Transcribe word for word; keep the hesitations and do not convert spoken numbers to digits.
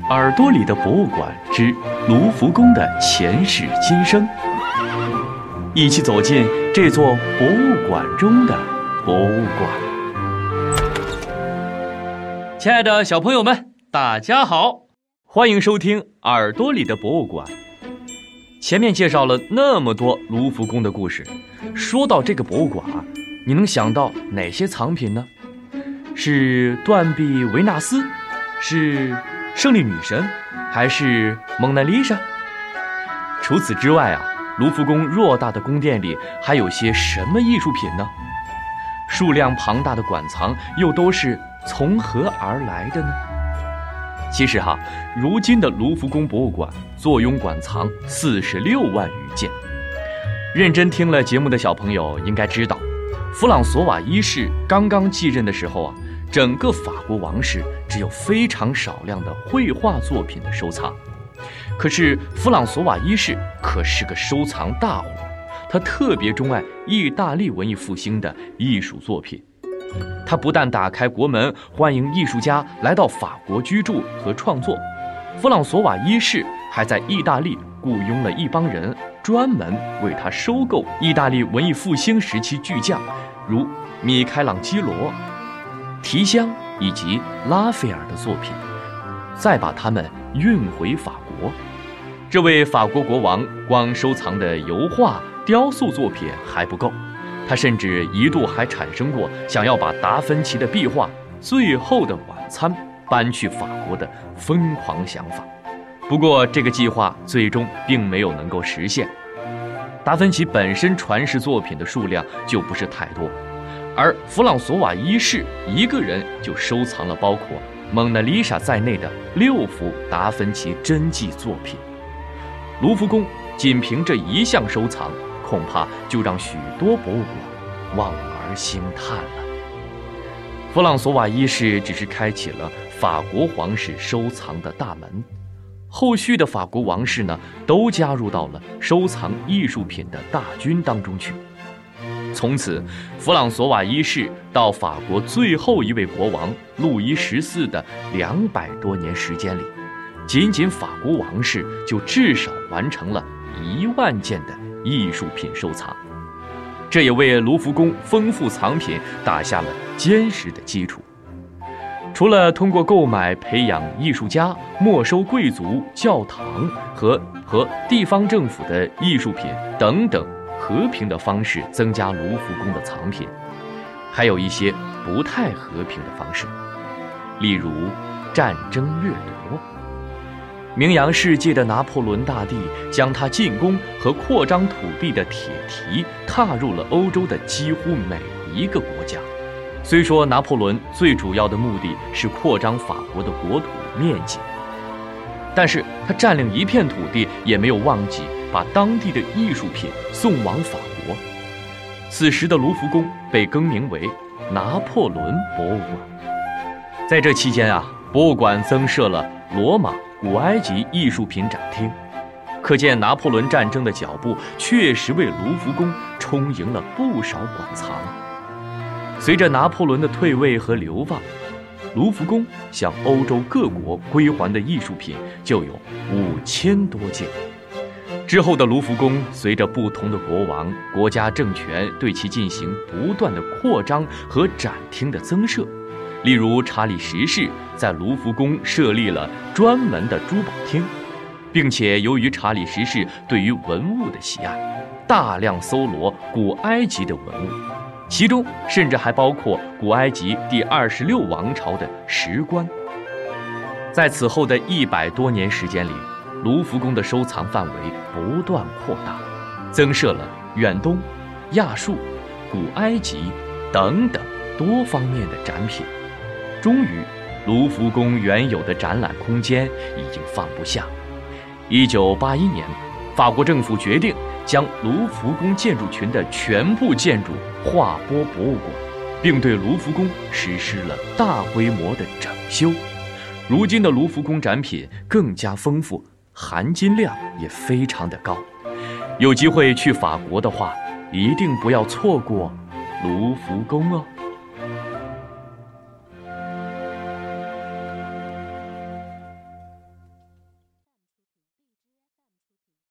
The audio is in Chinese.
耳朵里的博物馆之卢浮宫的前世今生，一起走进这座博物馆中的博物馆。亲爱的小朋友们，大家好，欢迎收听耳朵里的博物馆。前面介绍了那么多卢浮宫的故事，说到这个博物馆，你能想到哪些藏品呢？是断臂维纳斯，是胜利女神，还是蒙娜丽莎？除此之外啊，卢浮宫偌大的宫殿里还有些什么艺术品呢？数量庞大的馆藏又都是从何而来的呢？其实哈，如今的卢浮宫博物馆坐拥馆藏四十六万余件。认真听了节目的小朋友应该知道，弗朗索瓦一世刚刚继任的时候啊，整个法国王室只有非常少量的绘画作品的收藏。可是弗朗索瓦一世可是个收藏大户，他特别钟爱意大利文艺复兴的艺术作品。他不但打开国门欢迎艺术家来到法国居住和创作，弗朗索瓦一世还在意大利雇佣了一帮人，专门为他收购意大利文艺复兴时期巨匠，如米开朗基罗、提香以及拉斐尔的作品，再把它们运回法国。这位法国国王光收藏的油画、雕塑作品还不够，他甚至一度还产生过想要把达芬奇的壁画《最后的晚餐》搬去法国的疯狂想法。不过这个计划最终并没有能够实现。达芬奇本身传世作品的数量就不是太多，而弗朗索瓦一世一个人就收藏了包括蒙娜丽莎在内的六幅达芬奇真迹作品。卢浮宫仅凭这一项收藏，恐怕就让许多博物馆望而兴叹了。弗朗索瓦一世只是开启了法国皇室收藏的大门，后续的法国王室呢，都加入到了收藏艺术品的大军当中去。从此，弗朗索瓦一世到法国最后一位国王路易十四的两百多年时间里，仅仅法国王室就至少完成了一万件的艺术品收藏，这也为卢浮宫丰富藏品打下了坚实的基础。除了通过购买培养艺术家、没收贵族、教堂和和地方政府的艺术品等等和平的方式增加卢浮宫的藏品，还有一些不太和平的方式，例如战争掠夺。名扬世界的拿破仑大帝将他进攻和扩张土地的铁蹄踏入了欧洲的几乎每一个国家。虽说拿破仑最主要的目的是扩张法国的国土面积，但是他占领一片土地也没有忘记把当地的艺术品送往法国。此时的卢浮宫被更名为拿破仑博物馆。在这期间啊，博物馆增设了罗马、古埃及艺术品展厅，可见拿破仑战争的脚步确实为卢浮宫充盈了不少馆藏。随着拿破仑的退位和流放，卢浮宫向欧洲各国归还的艺术品就有五千多件。之后的卢浮宫随着不同的国王、国家政权对其进行不断的扩张和展厅的增设。例如查理十世在卢浮宫设立了专门的珠宝厅，并且由于查理十世对于文物的喜爱，大量搜罗古埃及的文物，其中甚至还包括古埃及第二十六王朝的石棺。在此后的一百多年时间里，卢浮宫的收藏范围不断扩大，增设了远东、亚述、古埃及等等多方面的展品。终于，卢浮宫原有的展览空间已经放不下。一九八一年，法国政府决定将卢浮宫建筑群的全部建筑划拨博物馆，并对卢浮宫实施了大规模的整修。如今的卢浮宫展品更加丰富，含金量也非常的高。有机会去法国的话，一定不要错过卢浮宫哦。